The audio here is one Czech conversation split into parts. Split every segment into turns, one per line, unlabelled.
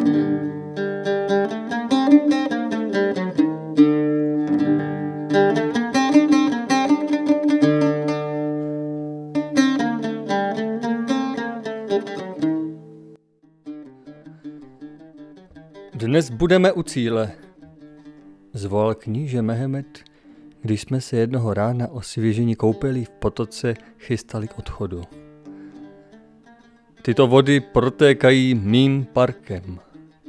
Dnes budeme u cíle, zvolal kníže Mehemet, když jsme se jednoho rána osvěžení koupelí v potoce chystali k odchodu. Tyto vody protékají mým parkem.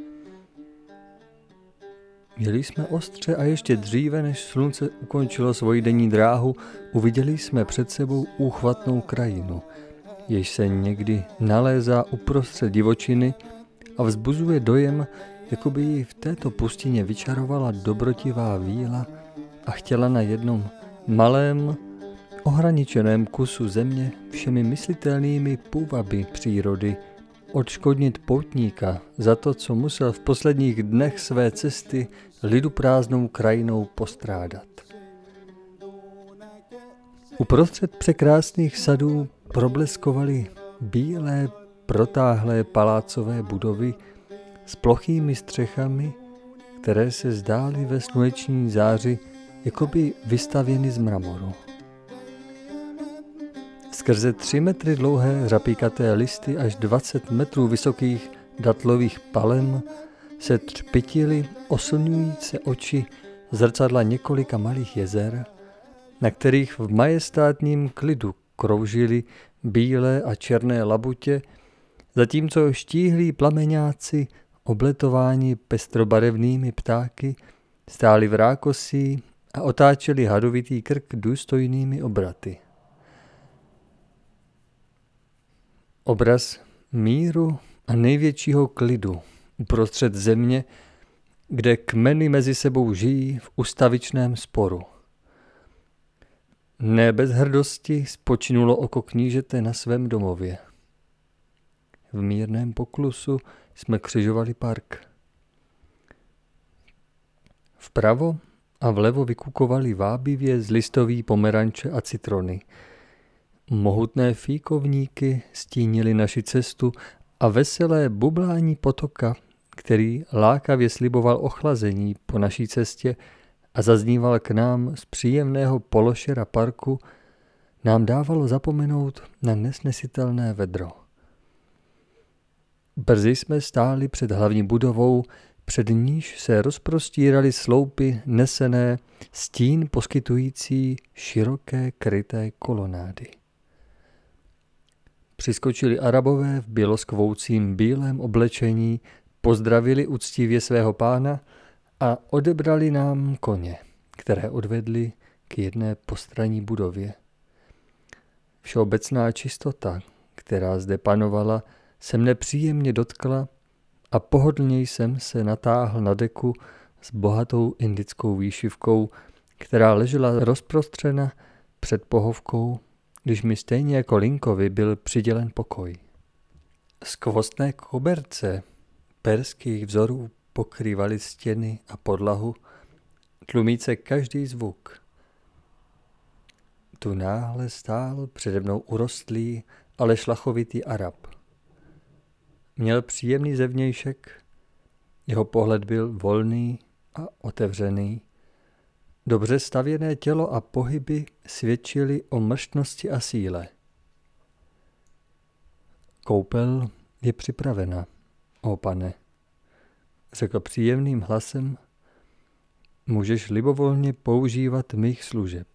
Jeli jsme ostře a ještě dříve, než slunce ukončilo svoji denní dráhu, uviděli jsme před sebou úchvatnou krajinu, jež se někdy nalézá uprostřed divočiny a vzbuzuje dojem, jako by ji v této pustině vyčarovala dobrotivá víla a chtěla na jednom malém, ohraničeném kusu země všemi myslitelnými půvaby přírody odškodnit poutníka za to, co musel v posledních dnech své cesty liduprázdnou krajinou postrádat. Uprostřed překrásných sadů probleskovaly bílé, protáhlé palácové budovy s plochými střechami, které se zdály ve sluneční záři jakoby vystavěny z mramoru. Skrze 3 metry dlouhé řapíkaté listy až 20 metrů vysokých datlových palem se třpytily oslňující oči zrcadla několika malých jezer, na kterých v majestátním klidu kroužily bílé a černé labutě, zatímco štíhlí plameňáci obletováni pestrobarevnými ptáky stáli v rákosí a otáčeli hadovitý krk důstojnými obraty. Obraz míru a největšího klidu uprostřed země, kde kmeny mezi sebou žijí v ustavičném sporu. Ne bez hrdosti spočinulo oko knížete na svém domově. V mírném poklusu jsme křižovali park. Vpravo a vlevo vykukovaly vábivě zlistoví pomeranče a citrony. Mohutné fíkovníky stínily naši cestu a veselé bublání potoka, který lákavě sliboval ochlazení po naší cestě a zazníval k nám z příjemného pološera parku, nám dávalo zapomenout na nesnesitelné vedro. Brzy jsme stáli před hlavní budovou, před níž se rozprostíraly sloupy nesené, stín poskytující široké kryté kolonády. Přiskočili Arabové v běloskvoucím bílém oblečení, pozdravili úctivě svého pána a odebrali nám koně, které odvedli k jedné postranní budově. Všeobecná čistota, která zde panovala, se mne příjemně dotkla a pohodlněji jsem se natáhl na deku s bohatou indickou výšivkou, která ležela rozprostřena před pohovkou, když mi stejně jako Linkovi byl přidělen pokoj. Skvostné koberce perských vzorů pokrývaly stěny a podlahu, tlumíce každý zvuk. Tu náhle stál přede mnou urostlý, ale šlachovitý Arab. Měl příjemný zevnějšek, jeho pohled byl volný a otevřený. Dobře stavěné tělo a pohyby svědčily o mrštnosti a síle. Koupel je připravena, ó pane, řekl příjemným hlasem, můžeš libovolně používat mých služeb.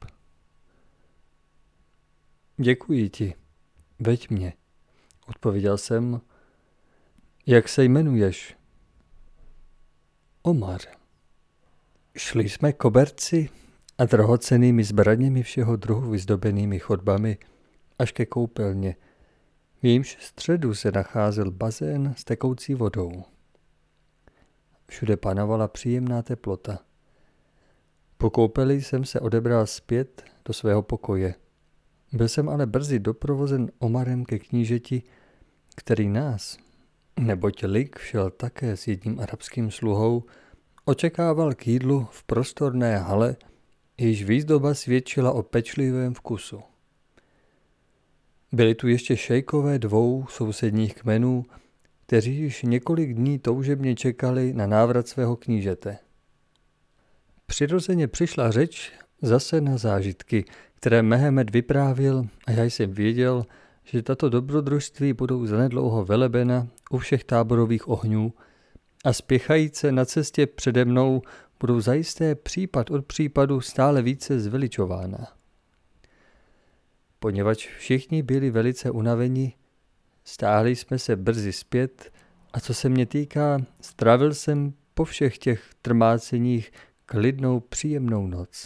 Děkuji ti, veď mě, odpověděl jsem. Jak se jmenuješ? Omar. Šli jsme koberci a drahocennými zbraněmi všeho druhu vyzdobenými chodbami až ke koupelně. V jejímž středu se nacházel bazén s tekoucí vodou. Všude panovala příjemná teplota. Po koupeli jsem se odebral zpět do svého pokoje. Byl jsem ale brzy doprovozen Omarem ke knížeti, který nás, neboť Lik šel také s jedním arabským sluhou, očekával k jídlu v prostorné hale, jejíž výzdoba svědčila o pečlivém vkusu. Byli tu ještě šejkové 2 sousedních kmenů kteří již několik dní toužebně čekali na návrat svého knížete. Přirozeně přišla řeč zase na zážitky, které Mehemet vyprávěl, a já jsem věděl, že tato dobrodružství budou zanedlouho velebena u všech táborových ohňů a spěchajíce na cestě přede mnou budou zajisté případ od případu stále více zveličována. Poněvadž všichni byli velice unaveni, stáhli jsme se brzy zpět a co se mě týká, strávil jsem po všech těch trmáceních klidnou příjemnou noc.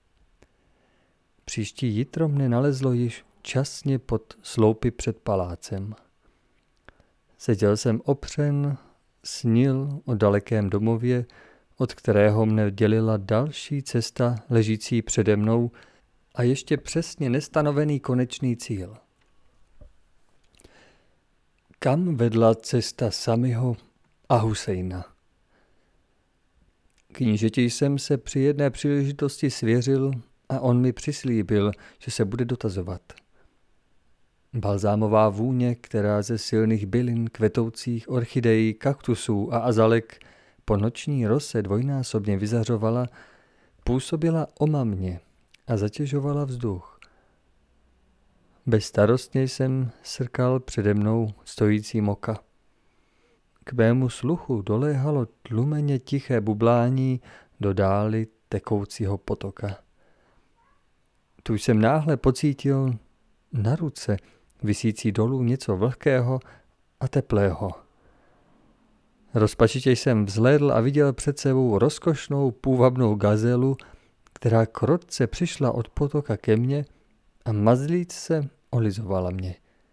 Příští jitro mne nalezlo již časně pod sloupy před palácem. Seděl jsem opřen, snil o dalekém domově, od kterého mne dělila další cesta ležící přede mnou a ještě přesně nestanovený konečný cíl. Kam vedla cesta Samiho a Husejna? Knížeti jsem se při jedné příležitosti svěřil a on mi přislíbil, že se bude dotazovat. Balzámová vůně, která ze silných bylin, kvetoucích orchidejí, kaktusů a azalek po noční rose dvojnásobně vyzařovala, působila omamně a zatěžovala vzduch. Bezstarostně jsem srkal přede mnou stojící moka. K mému sluchu doléhalo tlumeně tiché bublání do dály tekoucího potoka. Tu jsem náhle pocítil na ruce visící dolů něco vlhkého a teplého. Rozpačitě jsem vzhlédl a viděl před sebou rozkošnou půvabnou gazelu, která krotce přišla od potoka ke mně a mazlíc se olizovala mě.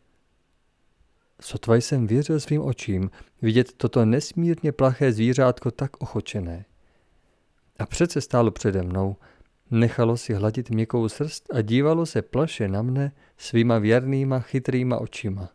Sotva jsem věřil svým očím vidět toto nesmírně plaché zvířátko tak ochočené. A přece stálo přede mnou, nechalo si hladit měkkou srst a dívalo se plaše na mne svýma věrnýma chytrýma očima.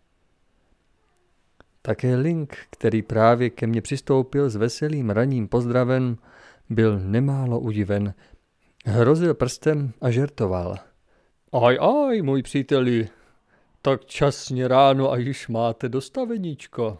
Také Link, který právě ke mně přistoupil s veselým ranním pozdravem, byl nemálo udiven. Hrozil prstem a žertoval. Aj, můj příteli, tak časně ráno a již máte dostaveníčko.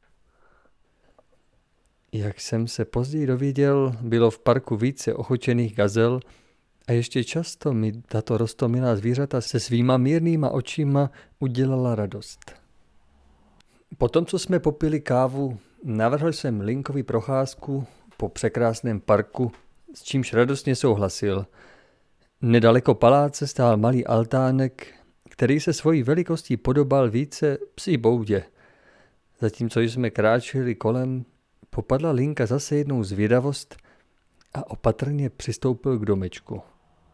Jak jsem se později dověděl, bylo v parku více ochočených gazel a ještě často mi tato roztomilá zvířata se svýma mírnýma očima udělala radost. Potom, co jsme popili kávu, navrhl jsem Linkovi procházku po překrásném parku, s čímž radostně souhlasil. Nedaleko paláce stál malý altánek, který se svojí velikostí podobal více psí boudě. Zatímco jsme kráčeli kolem, popadla Linka zase jednou zvědavost a opatrně přistoupil k domečku.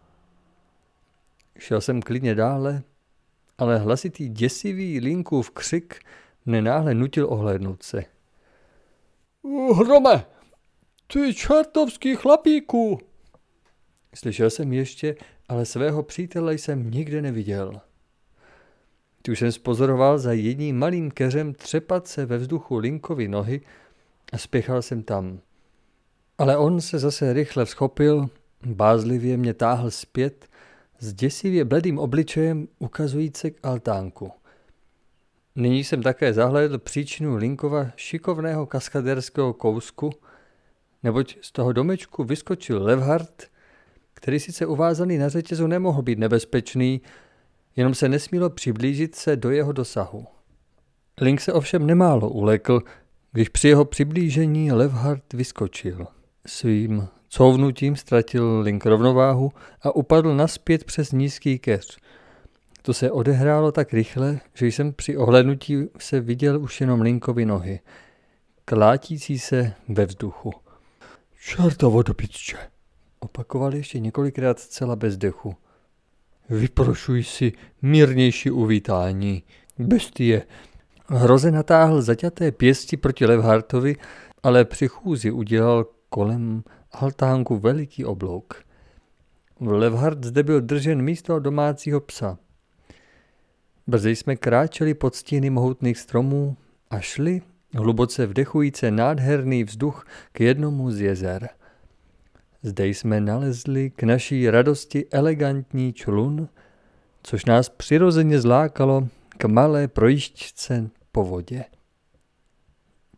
Šel jsem klidně dále, ale hlasitý děsivý Linkův křik mne náhle nutil ohlédnout se. Hrome, ty čertovský chlapíku! Slyšel jsem ještě, ale svého přítele jsem nikde neviděl. Tu jsem spozoroval za jedním malým keřem třepat se ve vzduchu Linkovi nohy a spěchal jsem tam. Ale on se zase rychle vzchopil, bázlivě mě táhl zpět s děsivě bledým obličejem ukazující k altánku. Nyní jsem také zahlédl příčinu Linkova šikovného kaskaderského kousku, neboť z toho domečku vyskočil Levhart, který sice uvázaný na řetězu nemohl být nebezpečný, jenom se nesmělo přiblížit se do jeho dosahu. Link se ovšem nemálo ulekl, když při jeho přiblížení Levhart vyskočil. Svým couvnutím ztratil Link rovnováhu a upadl nazpět přes nízký keř. To se odehrálo tak rychle, že jsem při ohlédnutí se viděl už jenom Linkovi nohy, klátící se ve vzduchu. Čertovo dobytče, opakoval ještě několikrát zcela bez dechu. Vyprošuj si mírnější uvítání, bestie. Hroze natáhl zaťaté pěsti proti Levhartovi, ale při chůzi udělal kolem altánku veliký oblouk. Levhart zde byl držen místo domácího psa. Brzy jsme kráčeli pod stíny mohutných stromů a šli, hluboce vdechujíce nádherný vzduch k jednomu z jezer. Zde jsme nalezli k naší radosti elegantní člun, což nás přirozeně zlákalo k malé projížďce po vodě.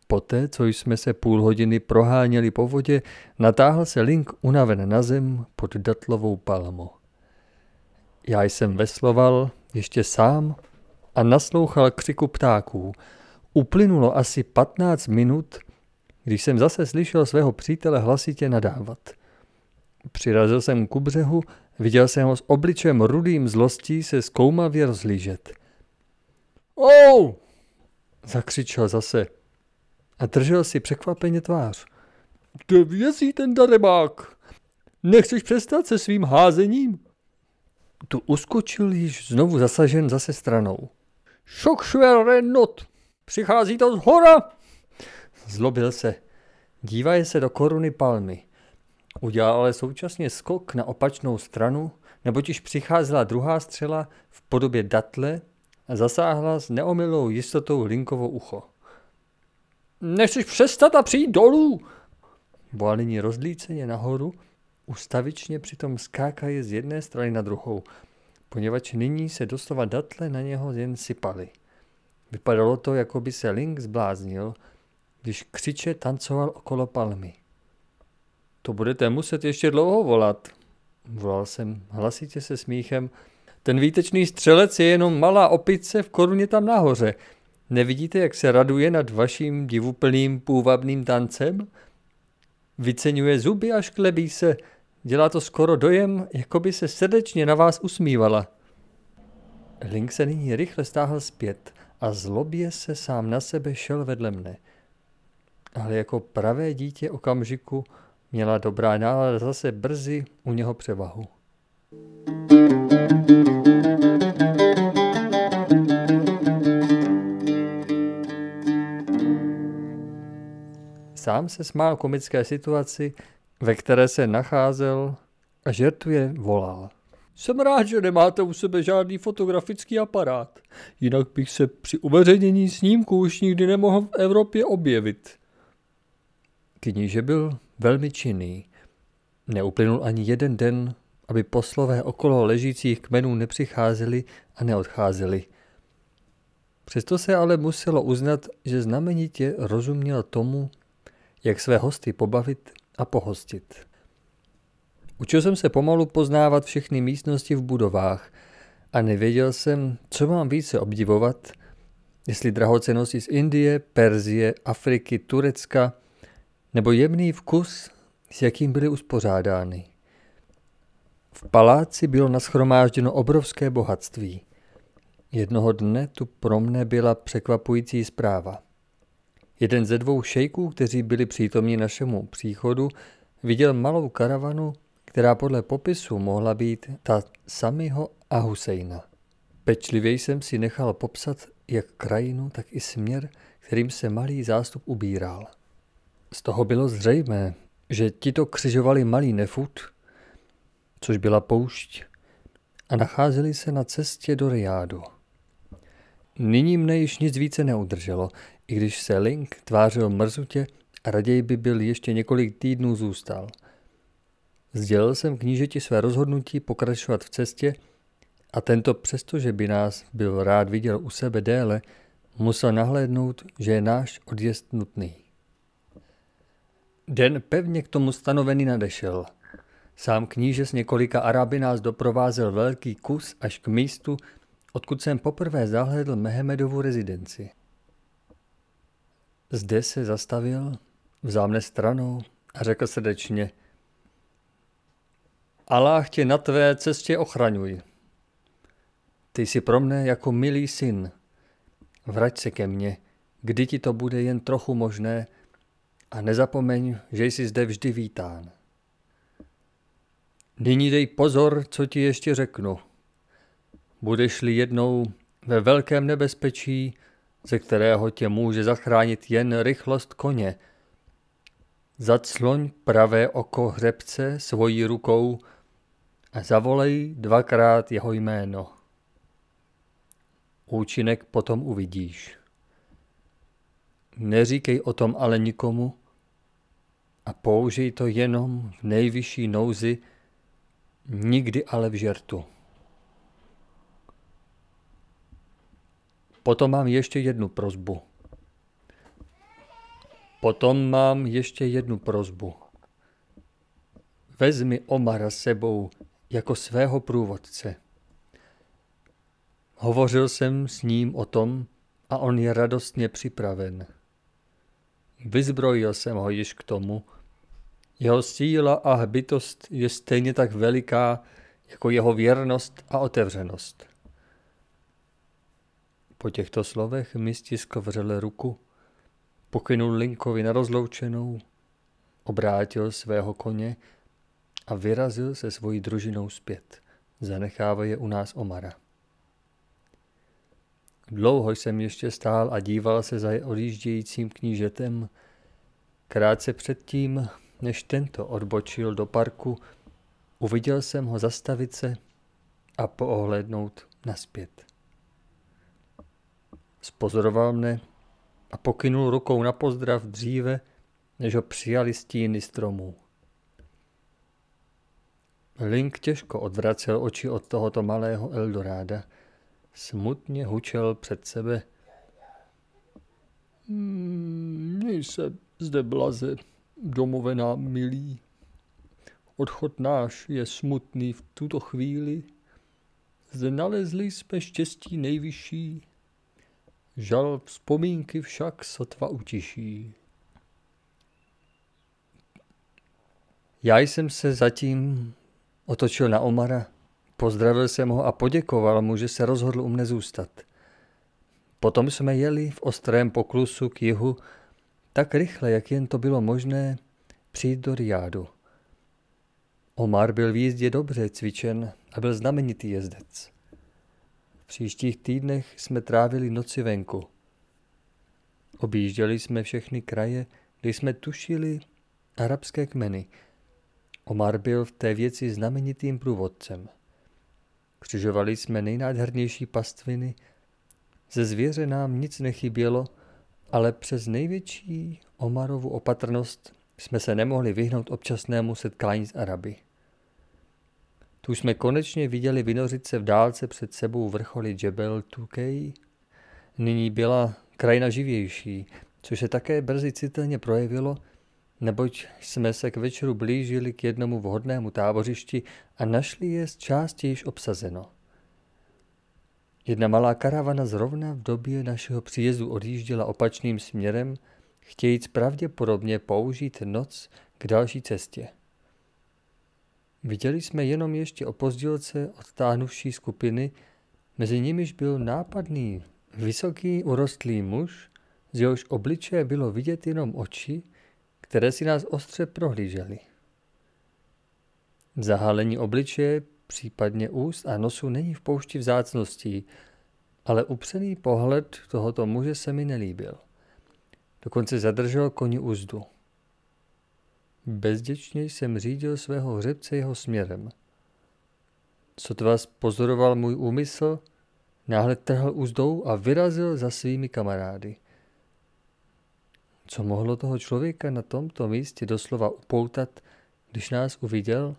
Poté, co jsme se půl hodiny proháněli po vodě, natáhl se Link unaven na zem pod datlovou palmou. Já jsem vesloval ještě sám a naslouchal křiku ptáků. Uplynulo asi 15 minut, když jsem zase slyšel svého přítele hlasitě nadávat. Přirazil jsem ku břehu, viděl jsem ho s obličem rudým zlostí se zkoumavě rozlížet. "Oh!" zakřičel zase a držel si překvapeně tvář. "Kde vězí ten darebák? Nechceš přestat se svým házením?" Tu uskočil již znovu zasažen zase stranou. "Šokšver not! Přichází to zhora!" Zlobil se. Dívaje se do koruny palmy. Udělal ale současně skok na opačnou stranu, neboť již přicházela druhá střela v podobě datle a zasáhla s neomylnou jistotou Linkovo ucho. "Nechceš přestat a přijít dolů?" Volal nyní rozlíceně nahoru, ustavičně přitom skákaje z jedné strany na druhou, poněvadž nyní se doslova datle na něho jen sypaly. Vypadalo to, jako by se Link zbláznil, když křiče tancoval okolo palmy. "To budete muset ještě dlouho volat," volal jsem hlasitě se smíchem. "Ten výtečný střelec je jenom malá opice v koruně tam nahoře. Nevidíte, jak se raduje nad vaším divuplným půvabným tancem? Vyceňuje zuby a šklebí se. Dělá to skoro dojem, jako by se srdečně na vás usmívala." Link se nyní rychle stáhl zpět a zlobě se sám na sebe šel vedle mne. Ale jako pravé dítě okamžiku měla dobrá nálada zase brzy u něho převahu. Sám se smál komické situaci, ve které se nacházel a žertuje volal. "Jsem rád, že nemáte u sebe žádný fotografický aparát, jinak bych se při uveřejnění snímku už nikdy nemohl v Evropě objevit." Kníže byl velmi činný. Neuplynul ani jeden den, aby poslové okolo ležících kmenů nepřicházeli a neodcházeli. Přesto se ale muselo uznat, že znamenitě rozuměl tomu, jak své hosty pobavit a pohostit. Učil jsem se pomalu poznávat všechny místnosti v budovách a nevěděl jsem, co mám více obdivovat, jestli drahocennosti z Indie, Perzie, Afriky, Turecka, nebo jemný vkus, s jakým byly uspořádány. V paláci bylo nashromážděno obrovské bohatství. Jednoho dne tu pro mne byla překvapující zpráva. Jeden ze 2 šejků, kteří byli přítomní našemu příchodu, viděl malou karavanu, která podle popisu mohla být ta samého a Husejna. Pečlivě jsem si nechal popsat jak krajinu, tak i směr, kterým se malý zástup ubíral. Z toho bylo zřejmé, že tito křižovali malý Nefud, což byla poušť, a nacházeli se na cestě do Rijádu. Nyní mne již nic více neudrželo, i když se Link tvářil mrzutě a raději by byl ještě několik týdnů zůstal. Sdělil jsem knížeti své rozhodnutí pokračovat v cestě a tento, přestože by nás byl rád viděl u sebe déle, musel nahlédnout, že je náš odjezd nutný. Den pevně k tomu stanovený nadešel. Sám kníže s několika Araby nás doprovázel velký kus až k místu, odkud jsem poprvé zahlédl Mehemedovu rezidenci. Zde se zastavil, vzal mne stranou a řekl srdečně: "Aláh tě na tvé cestě ochraňuj. Ty jsi pro mne jako milý syn. Vrať se ke mně, kdy ti to bude jen trochu možné, a nezapomeň, že jsi zde vždy vítán. Nyní dej pozor, co ti ještě řeknu. Budeš-li jednou ve velkém nebezpečí, ze kterého tě může zachránit jen rychlost koně, zacloň pravé oko hřebce svojí rukou a zavolej 2krát jeho jméno. Účinek potom uvidíš. Neříkej o tom ale nikomu a použij to jenom v nejvyšší nouzi, nikdy ale v žertu. Potom mám ještě jednu prosbu. Potom mám ještě jednu prosbu. Vezmi Omara s sebou jako svého průvodce. Hovořil jsem s ním o tom a on je radostně připraven. Vyzbrojil jsem ho již k tomu. Jeho síla a hbitost je stejně tak veliká jako jeho věrnost a otevřenost. Po těchto slovech mi stiskl vřele ruku, pokynul Linkovi na rozloučenou, obrátil svého koně a vyrazil se svojí družinou zpět. Zanechával je u nás Omara. Dlouho jsem ještě stál a díval se za odjíždějícím knížetem. Krátce předtím, než tento odbočil do parku, uviděl jsem ho zastavit se a poohlédnout nazpět. Spozoroval mne a pokynul rukou na pozdrav dříve, než ho přijali stíny stromů. Link těžko odvracel oči od tohoto malého Eldoráda. Smutně hučel před sebe. Měj se zde blaze, domove nám milý. Odchod náš je smutný v tuto chvíli. Zde nalezli jsme štěstí nejvyšší. Žal vzpomínky však sotva utiší. Já jsem se zatím otočil na Omara, pozdravil jsem ho a poděkoval mu, že se rozhodl u mne zůstat. Potom jsme jeli v ostrém poklusu k jihu, tak rychle, jak jen to bylo možné, přijít do Rijádu. Omar byl v jízdě dobře cvičen a byl znamenitý jezdec. V příštích týdnech jsme trávili noci venku. Objížděli jsme všechny kraje, kde jsme tušili arabské kmeny. Omar byl v té věci znamenitým průvodcem. Křižovali jsme nejnádhernější pastviny, ze zvěře nám nic nechybělo, ale přes největší Omarovu opatrnost jsme se nemohli vyhnout občasnému setkání s Araby. Tu jsme konečně viděli vynořit se v dálce před sebou vrcholy Džebel Tukej. Nyní byla krajina živější, což se také brzy citelně projevilo, neboť jsme se k večeru blížili k jednomu vhodnému tábořišti a našli je z části již obsazeno. Jedna malá karavana zrovna v době našeho příjezdu odjížděla opačným směrem, chtějíc pravděpodobně použít noc k další cestě. Viděli jsme jenom ještě opozdělce odtáhnuvší skupiny, mezi nimiž byl nápadný, vysoký, urostlý muž, z jehož obličeje bylo vidět jenom oči, které si nás ostře prohlížely. Zahálení obličeje, případně úst a nosu není v poušti vzácností, ale upřený pohled tohoto muže se mi nelíbil. Dokonce zadržel koni uzdu. Bezděčně jsem řídil svého hřebce jeho směrem. Sotva pozoroval můj úmysl, náhle trhl uzdou a vyrazil za svými kamarády. Co mohlo toho člověka na tomto místě doslova upoutat, když nás uviděl?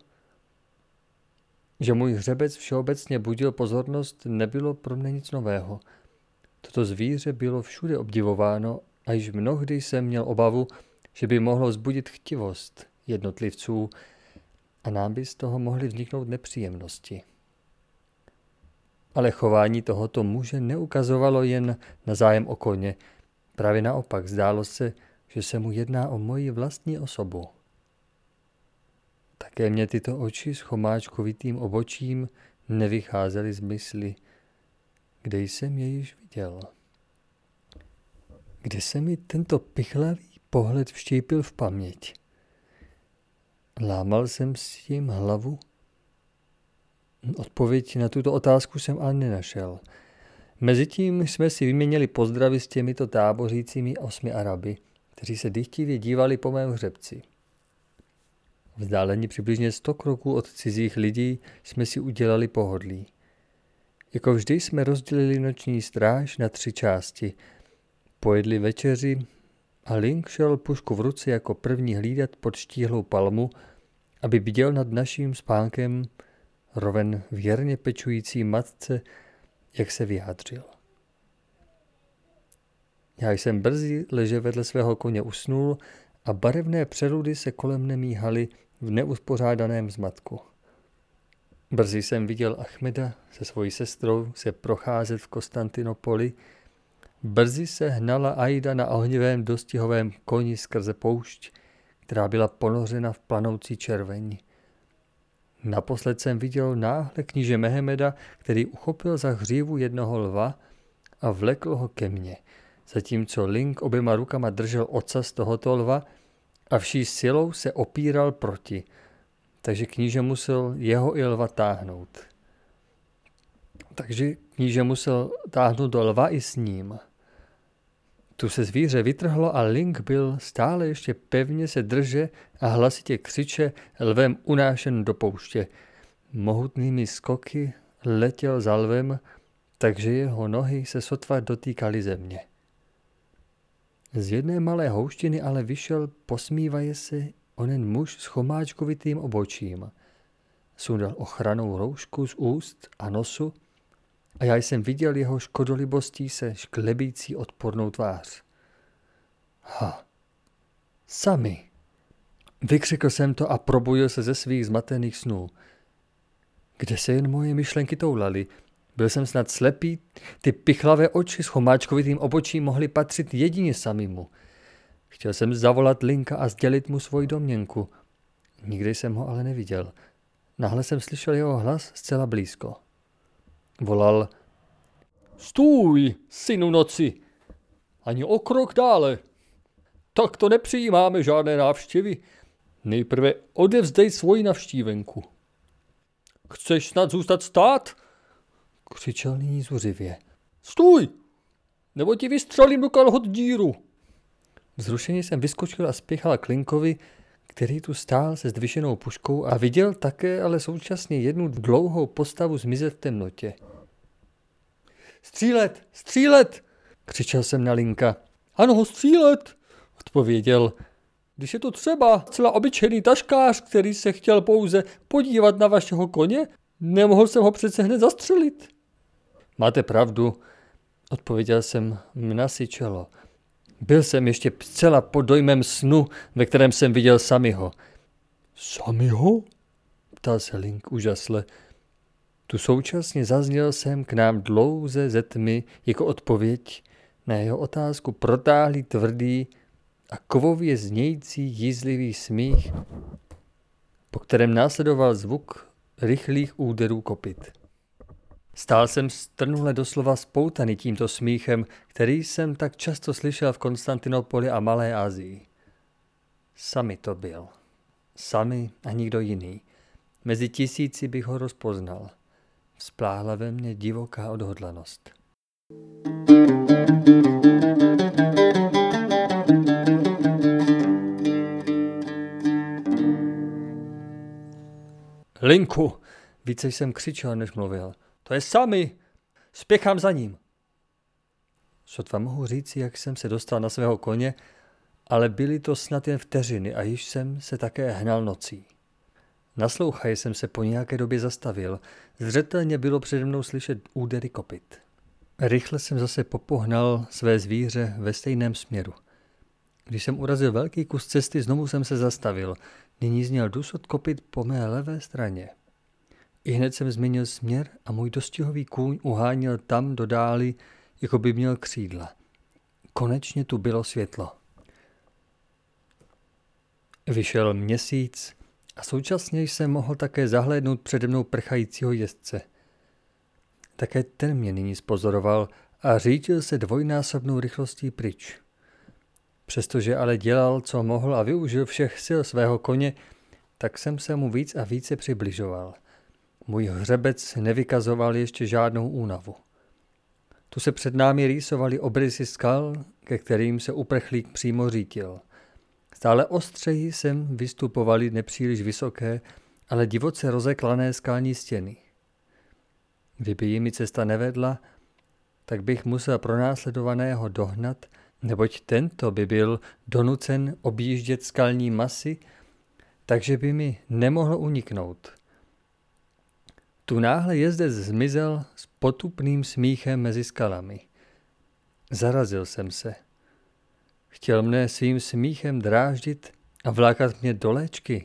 Že můj hřebec všeobecně budil pozornost, nebylo pro mne nic nového. Toto zvíře bylo všude obdivováno a již mnohdy jsem měl obavu, že by mohlo vzbudit chtivost jednotlivců a nám by z toho mohly vzniknout nepříjemnosti. Ale chování tohoto muže neukazovalo jen na zájem o koně, právě naopak zdálo se, že se mu jedná o moji vlastní osobu. Také mě tyto oči s chomáčkovitým obočím nevycházely z mysli, kde jsem je již viděl. Kde se mi tento pichlavý pohled vštípil v paměť. Lámal jsem s tím hlavu. Odpověď na tuto otázku jsem ale nenašel. Mezitím jsme si vyměnili pozdravy s těmito tábořícími 8 Araby, kteří se dychtivě dívali po mém hřebci. Vzdálení přibližně 100 kroků od cizích lidí jsme si udělali pohodlí. Jako vždy jsme rozdělili noční stráž na 3 části. Pojedli večeři a Link šel pušku v ruce jako první hlídat pod štíhlou palmu, aby bděl nad naším spánkem, roven věrně pečující matce, jak se vyjádřil. Já jsem brzy leže vedle svého koně usnul a barevné přeludy se kolem mne míhaly v neuspořádaném zmatku. Brzy jsem viděl Achmeda se svojí sestrou se procházet v Konstantinopoli. Brzy se hnala Aida na ohnivém dostihovém koni skrze poušť, která byla ponořena v planoucí červeň. Naposled jsem viděl náhle kníže Mehemeda, který uchopil za hřívu jednoho lva a vlekl ho ke mně, zatímco Link oběma rukama držel ocas tohoto lva a vší silou se opíral proti, takže kníže musel jeho i lva táhnout. Do lva i s ním. Tu se zvíře vytrhlo a Link byl stále ještě pevně se drže a hlasitě křiče lvem unášen do pouště. Mohutnými skoky letěl za lvem, takže jeho nohy se sotva dotýkaly země. Z jedné malé houštiny ale vyšel, posmívaje se, onen muž s chomáčkovitým obočím. Sundal ochrannou roušku z úst a nosu a já jsem viděl jeho škodolibostí se šklebící odpornou tvář. Sami! Vykřikl jsem to a probudil se ze svých zmatených snů. Kde se jen moje myšlenky toulaly? Byl jsem snad slepý, ty pichlavé oči s chomáčkovitým obočím mohly patřit jedině samimu. Chtěl jsem zavolat Linka a sdělit mu svoji domněnku. Nikdy jsem ho ale neviděl. Náhle jsem slyšel jeho hlas zcela blízko. Volal: Stůj, synu noci! Ani o krok dále! Tak to nepřijímáme žádné návštěvy. Nejprve odevzdej svoji navštívenku. Chceš snad zůstat stát? Křičel nyní zuřivě. Stůj! Nebo ti vystřelím do kalhot díru. Vzrušeně jsem vyskočil a spěchal k Linkovi, který tu stál se zdviženou puškou a viděl také ale současně jednu dlouhou postavu zmizet v temnotě. Střílet! Střílet! Křičel jsem na Linka. Ano, střílet! Odpověděl. Když je to třeba, celá obyčejný taškář, který se chtěl pouze podívat na vašeho koně, nemohl jsem ho přece hned zastřelit. Máte pravdu, odpověděl jsem na si čelo. Byl jsem ještě zcela pod dojmem snu, ve kterém jsem viděl Samiho. Samiho? Ptal se Link úžasle. Tu současně zazněl jsem k nám dlouze ze tmy jako odpověď na jeho otázku protáhlý tvrdý a kovově znějící jízlivý smích, po kterém následoval zvuk rychlých úderů kopyt. Stál jsem strnule doslova spoutaný tímto smíchem, který jsem tak často slyšel v Konstantinopoli a Malé Asii. Sami to byl. Sami a nikdo jiný. Mezi tisíci bych ho rozpoznal. Vzpláhla ve mně divoká odhodlanost. Linku, více jsem křičel, než mluvil. To je Sami! Spěchám za ním! Sotva mohu říci, jak jsem se dostal na svého koně, ale byly to snad jen vteřiny a již jsem se také hnal nocí. Naslouchaje jsem se po nějaké době zastavil. Zřetelně bylo přede mnou slyšet údery kopyt. Rychle jsem zase popohnal své zvíře ve stejném směru. Když jsem urazil velký kus cesty, znovu jsem se zastavil. Nyní zněl dusot kopyt po mé levé straně. Ihned jsem změnil směr a můj dostihový kůň uháněl tam do dály, jako by měl křídla. Konečně tu bylo světlo. Vyšel měsíc a současně jsem mohl také zahlédnout přede mnou prchajícího jezdce. Také ten mě nyní spozoroval a řídil se dvojnásobnou rychlostí pryč. Přestože ale dělal, co mohl a využil všech sil svého koně, tak jsem se mu víc a více přibližoval. Můj hřebec nevykazoval ještě žádnou únavu. Tu se před námi rýsovaly obrysy skal, ke kterým se uprchlík přímo řítil. Stále ostřeji sem vystupovaly nepříliš vysoké, ale divoce rozeklané skalní stěny. Kdyby jimi cesta nevedla, tak bych musel pronásledovaného dohnat, neboť tento by byl donucen objíždět skalní masy, takže by mi nemohlo uniknout. Tu náhle jezdec zmizel s potupným smíchem mezi skalami. Zarazil jsem se. Chtěl mne svým smíchem dráždit a vlákat mě do léčky.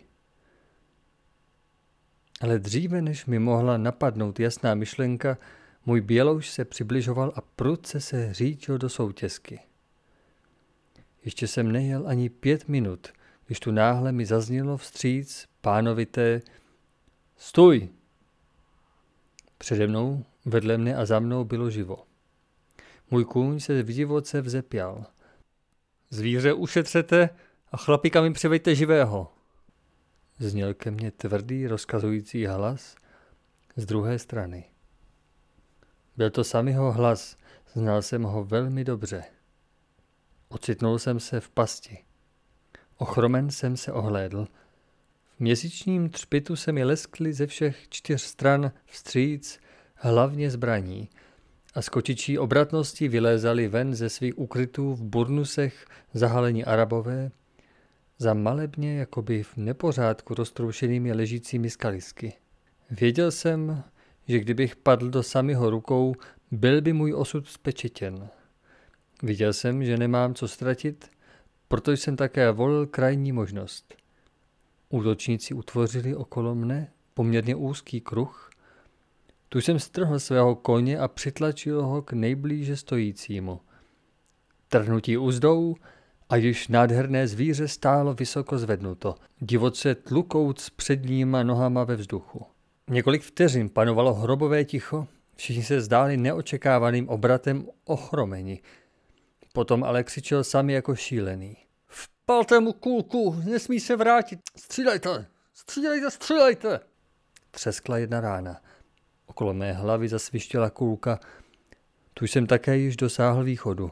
Ale dříve, než mi mohla napadnout jasná myšlenka, můj bělouš se přibližoval a prudce se řítil do soutězky. Ještě jsem nejel ani 5 minut, když tu náhle mi zaznělo vstříc pánovité Stůj! Přede mnou, vedle mne a za mnou bylo živo. Můj kůň se v divoce vzepěl. Zvíře ušetřete a chlapíka mi přiveďte živého. Zněl ke mně tvrdý, rozkazující hlas z druhé strany. Byl to samýho hlas, znal jsem ho velmi dobře. Ocitnul jsem se v pasti. Ochromen jsem se ohlédl. V měsíčním třpitu se mi leskly ze všech 4 stran vstříc hlavně zbraní a s kočičí obratností vylézali ven ze svých ukrytů v burnusech zahalení Arabové, za malebně jakoby v nepořádku roztroušenými ležícími skalisky. Věděl jsem, že kdybych padl do samého rukou, byl by můj osud spečetěn. Viděl jsem, že nemám co ztratit, proto jsem také volil krajní možnost. Útočníci utvořili okolo mne poměrně úzký kruh. Tu jsem strhl svého koně a přitlačil ho k nejblíže stojícímu. Trhnutí uzdou a již nádherné zvíře stálo vysoko zvednuto, divoce tlukouc předníma nohama ve vzduchu. Několik vteřin panovalo hrobové ticho, všichni se zdáli neočekávaným obratem ochromeni. Potom ale křičel sami jako šílený. Vpalte mu kulku, nesmí se vrátit, střílejte, střílejte, střílejte! Třeskla jedna rána. Okolo mé hlavy zasvištěla kulka, tu jsem také již dosáhl východu.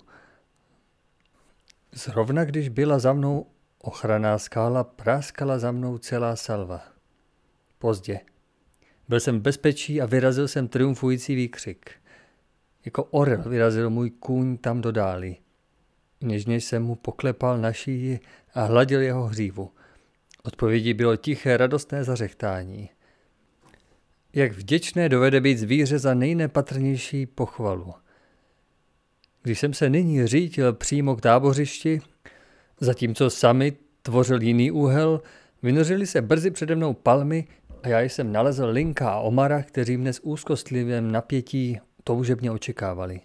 Zrovna když byla za mnou ochranná skála, práskala za mnou celá salva. Pozdě. Byl jsem v bezpečí a vyrazil jsem triumfující výkřik. Jako orel vyrazil můj kůň tam do dály. Něžně jsem mu poklepal na šíji a hladil jeho hřívu. Odpovědí bylo tiché, radostné zařechtání. Jak vděčné dovede být zvíře za nejnepatrnější pochvalu. Když jsem se nyní řítil přímo k tábořišti, zatímco sami tvořil jiný úhel, vynořily se brzy přede mnou palmy a já jsem nalezl Linka a Omara, kteří mne s úzkostlivým napětí toužebně očekávali.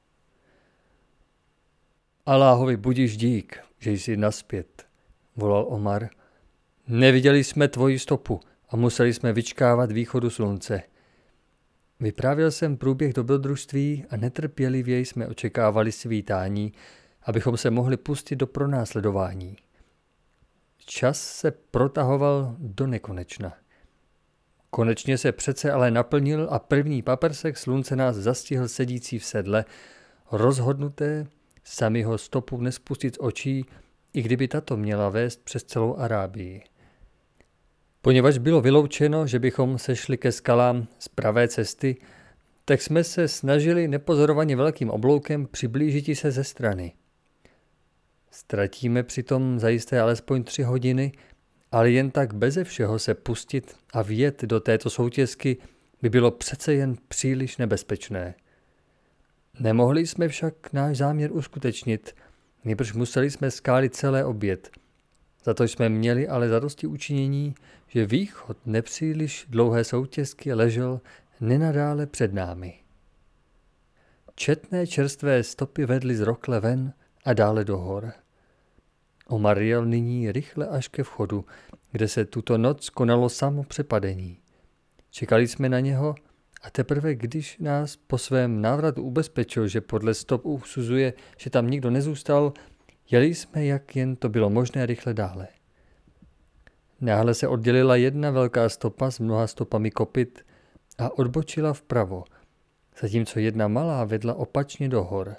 Aláhovi budiš dík, že jsi naspět, volal Omar. Neviděli jsme tvoji stopu a museli jsme vyčkávat východu slunce. Vyprávěl jsem průběh dobrodružství a netrpělivě jsme očekávali svítání, abychom se mohli pustit do pronásledování. Čas se protahoval do nekonečna. Konečně se přece ale naplnil a první paprsek slunce nás zastihl sedící v sedle, rozhodnuté samého stopu nespustit z očí, i kdyby tato měla vést přes celou Arábii. Poněvadž bylo vyloučeno, že bychom se šli ke skalám z pravé cesty, tak jsme se snažili nepozorovaně velkým obloukem přiblížit se ze strany. Ztratíme přitom zajisté alespoň 3 hodiny, ale jen tak beze všeho se pustit a vjet do této soutězky by bylo přece jen příliš nebezpečné. Nemohli jsme však náš záměr uskutečnit, nýbrž museli jsme skálit celé oběd. Za to jsme měli ale zadosti učinění, že východ nepříliš dlouhé soutězky ležel nenadále před námi. Četné čerstvé stopy vedly z rokle ven a dále do hor. Omar jel nyní rychle až ke vchodu, kde se tuto noc konalo samo přepadení. Čekali jsme na něho a teprve když nás po svém návratu ubezpečil, že podle stop usuzuje, že tam nikdo nezůstal, jeli jsme, jak jen to bylo možné, rychle dále. Náhle se oddělila jedna velká stopa s mnoha stopami kopyt a odbočila vpravo, zatímco jedna malá vedla opačně do hor.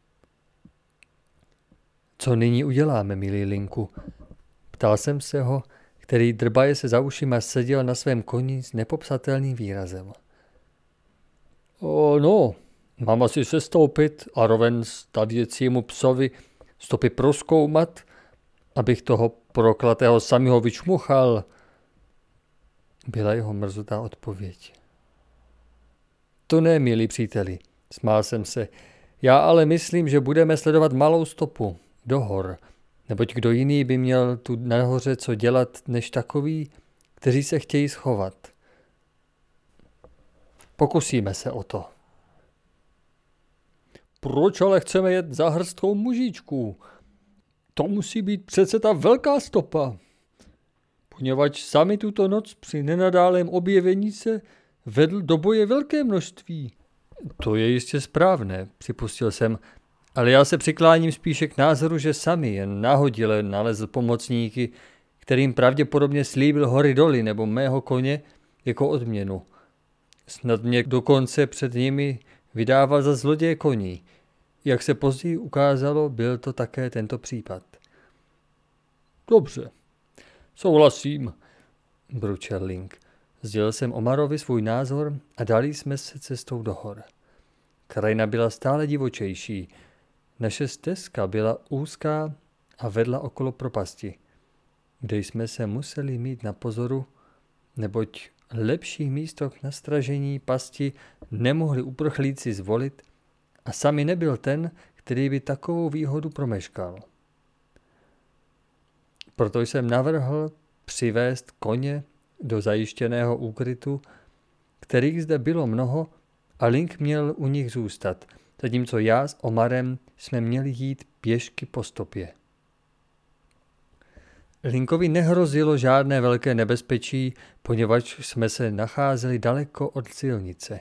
Co nyní uděláme, milý Linku? Ptal jsem se ho, který drbaje se za ušima seděl na svém koni s nepopsatelným výrazem. No, mám asi sestoupit a roven stavěcímu psovi stopy prozkoumat, abych toho proklatého samého vyčmuchal, byla jeho mrzutá odpověď. To ne, milí příteli, smál jsem se. Já ale myslím, že budeme sledovat malou stopu. do hor, neboť kdo jiný by měl tu nahoře co dělat, než takový, kteří se chtějí schovat. Pokusíme se o to. Proč ale chceme jet za hrstkou mužíčků? To musí být přece ta velká stopa. Poněvadž sami tuto noc při nenadálém objevení se vedl do boje velké množství. To je jistě správné, připustil jsem, ale já se přikláním spíše k názoru, že sami jen náhodile nalezl pomocníky, kterým pravděpodobně slíbil hory doly nebo mého koně jako odměnu. Snad mě dokonce před nimi vydával za zloděje koní. Jak se později ukázalo, byl to také tento případ. Dobře, souhlasím, bručel Link. Sdělil jsem Omarovi svůj názor a dali jsme se cestou do hor. Krajina byla stále divočejší. Naše stezka byla úzká a vedla okolo propasti, kde jsme se museli mít na pozoru, neboť lepší místo k nastražení pasti nemohli uprchlíci zvolit a sami nebyl ten, který by takovou výhodu promeškal. Proto jsem navrhl přivést koně do zajištěného úkrytu, kterých zde bylo mnoho a Link měl u nich zůstat, zatímco já s Omarem jsme měli jít pěšky po stopě. Linkovi nehrozilo žádné velké nebezpečí, poněvadž jsme se nacházeli daleko od silnice.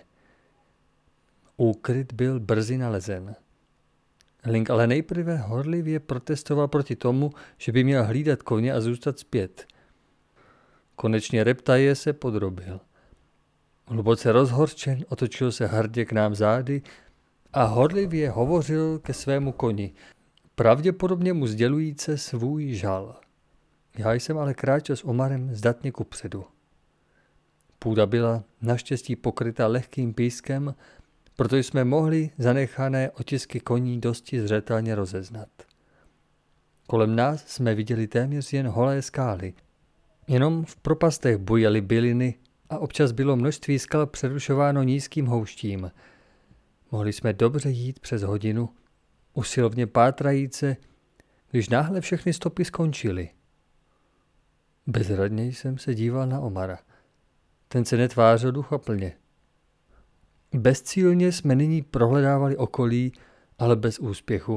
Úkryt byl brzy nalezen. Link ale nejprve horlivě protestoval proti tomu, že by měl hlídat koně a zůstat zpět. Konečně Reptaje se podrobil. Hluboce rozhorčen otočil se hrdě k nám zády a horlivě hovořil ke svému koni, pravděpodobně mu sdělujíce svůj žal. Já jsem ale kráčel s Omarem zdatně kupředu. Půda byla naštěstí pokryta lehkým pískem, proto jsme mohli zanechané otisky koní dosti zřetelně rozeznat. Kolem nás jsme viděli téměř jen holé skály. Jenom v propastech bujely byliny a občas bylo množství skal přerušováno nízkým houštím. Mohli jsme dobře jít přes hodinu, usilovně pátrajíce, když náhle všechny stopy skončily. Bezradně jsem se díval na Omara. Ten se netvářil duchaplně. Bezcílně jsme nyní prohledávali okolí, ale bez úspěchu.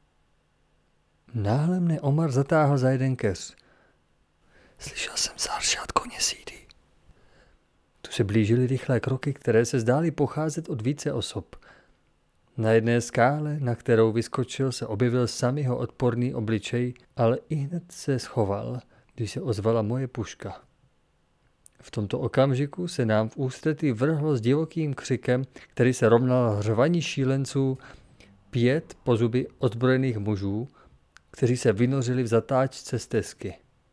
Náhle mne Omar zatáhl za jeden keř. Slyšel jsem záršát koně Sídy. Tu se blížily rychlé kroky, které se zdály pocházet od více osob. Na jedné skále, na kterou vyskočil, se objevil samýho odporný obličej, ale ihned se schoval, když se ozvala moje puška. V tomto okamžiku se nám v ústretí vrhlo s divokým křikem, který se rovnal řvaní šílenců, 5 po zuby ozbrojených mužů, kteří se vynořili v zatáčce stezky.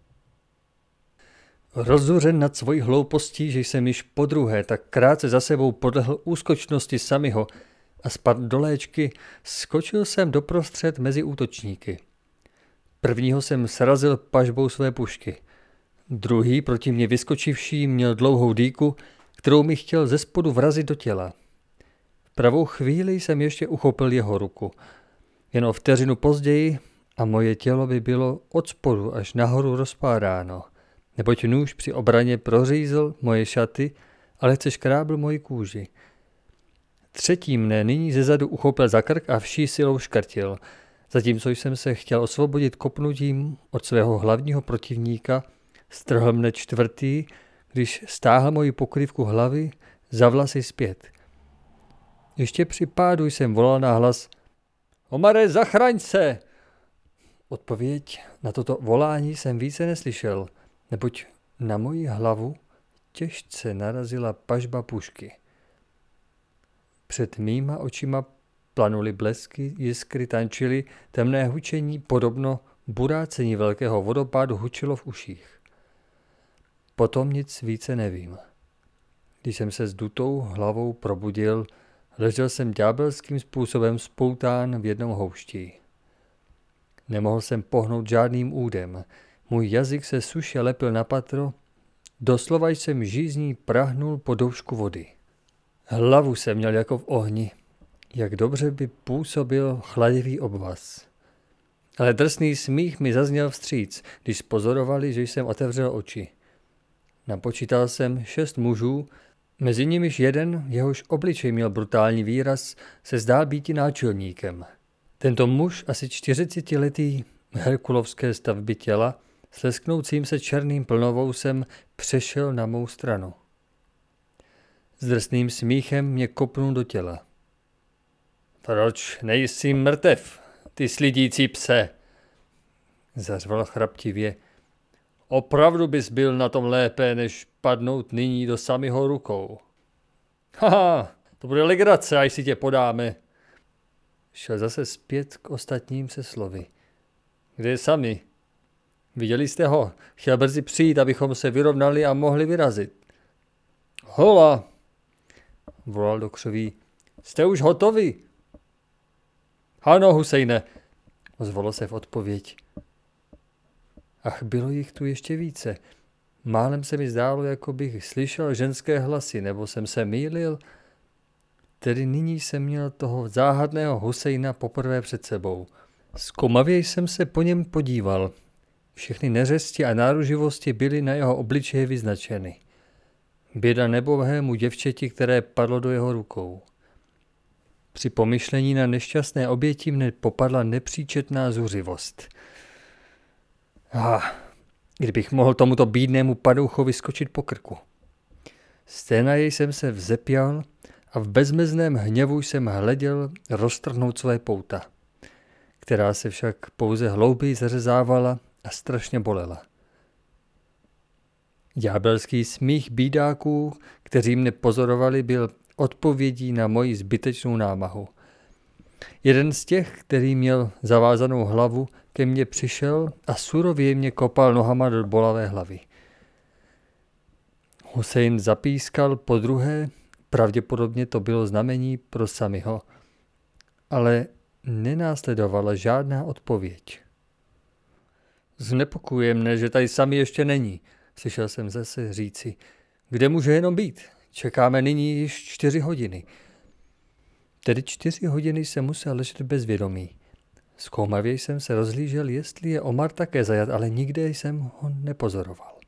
Rozzuřen nad svojí hloupostí, že jsem již podruhé tak krátce za sebou podlehl úskočnosti samého a spadl do léčky, skočil jsem doprostřed mezi útočníky. Prvního jsem srazil pažbou své pušky. Druhý, proti mě vyskočivší, měl dlouhou dýku, kterou mi chtěl ze spodu vrazit do těla. V pravou chvíli jsem ještě uchopil jeho ruku. Jen o vteřinu později a moje tělo by bylo od spodu až nahoru rozpáráno, neboť nůž při obraně prořízl moje šaty a lehce škrábl moji kůži. Třetí mne nyní zezadu uchopil za krk a vší silou škrtil, zatímco jsem se chtěl osvobodit kopnutím od svého hlavního protivníka, strhl mne čtvrtý, když stáhl moji pokrývku hlavy za vlasy zpět. Ještě při pádu jsem volal na hlas: Omare, zachraň se! Odpověď na toto volání jsem více neslyšel, neboť na moji hlavu těžce narazila pažba pušky. Před mýma očima planuly blesky, jiskry tančily, temné hučení podobno burácení velkého vodopádu hučilo v uších. Potom nic více nevím. Když jsem se s dutou hlavou probudil, ležel jsem ďábelským způsobem spoután v jednom houšti. Nemohl jsem pohnout žádným údem. Můj jazyk se suše lepil na patro, doslova jsem žízní prahnul po doušku vody. Hlavu jsem měl jako v ohni, jak dobře by působil chladivý obvaz. ale drsný smích mi zazněl vstříc, když pozorovali, že jsem otevřel oči. Napočítal jsem 6 mužů, mezi nimiž jeden, jehož obličej měl brutální výraz, se zdál býti náčelníkem. Tento muž, asi 40letý, herkulovské stavby těla, s lesknoucím se černým plnovousem přešel na mou stranu. S drsným smíchem mě kopnul do těla. Proč nejsi mrtev, ty slidící pse? Zařval chraptivě. Opravdu bys byl na tom lépe, než padnout nyní do samého rukou. Haha, to bude legrace, až si tě podáme. Šel zase zpět k ostatním se slovy. Kde je Sami? Viděli jste ho? Chtěl brzy přijít, abychom se vyrovnali a mohli vyrazit. Hola, volal do křoví. Jste už hotovi? Ano, Husejne, ozvalo se v odpověď. Ach, bylo jich tu ještě více. Málem se mi zdálo, jako bych slyšel ženské hlasy, nebo jsem se mýlil. Tedy nyní jsem měl toho záhadného Husejna poprvé před sebou. Zkoumavě jsem se po něm podíval. Všechny neřesti a náruživosti byly na jeho obličeji vyznačeny. Běda nebohému děvčeti, které padlo do jeho rukou. Při pomyšlení na nešťastné oběti mne popadla nepříčetná zuřivost. Kdybych mohl tomuto bídnému padouchovi skočit po krku. Sténaji jsem se vzepěl a v bezmezném hněvu jsem hleděl roztrhnout své pouta, která se však pouze hlouběji zařezávala a strašně bolela. Ďábelský smích bídáků, kteří mne pozorovali, byl odpovědí na moji zbytečnou námahu. Jeden z těch, který měl zavázanou hlavu, ke mně přišel a surově mě kopal nohama do bolavé hlavy. Husejn zapískal podruhé, pravděpodobně to bylo znamení pro Samiho, ale nenásledovala žádná odpověď. Znepokuje mne, že tady Sami ještě není, slyšel jsem zase říci. Kde může jenom být? Čekáme nyní již 4 hodiny. Tedy 4 hodiny jsem musel ležet bez vědomí. Zkoumavě jsem se rozhlížel, jestli je Omar také zajat, ale nikde jsem ho nepozoroval.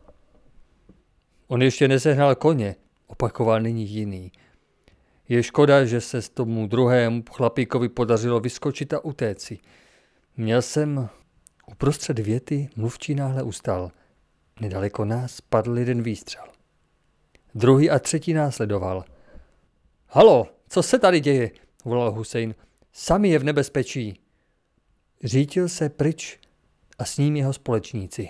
On ještě nesehnal koně, opakoval nyní jiný. Je škoda, že se s tomu druhému chlapíkovi podařilo vyskočit a utéci. Měl jsem uprostřed věty, mluvčí náhle ustal. Nedaleko nás padl jeden výstřel. Druhý a třetí následoval. Halo, co se tady děje? Volal Husejn. Sami je v nebezpečí. Řítil se pryč a s ním jeho společníci.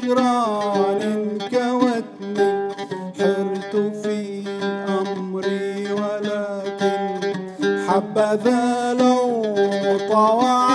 نيران كوتني حرت في أمري ولكن حبذا لو طوع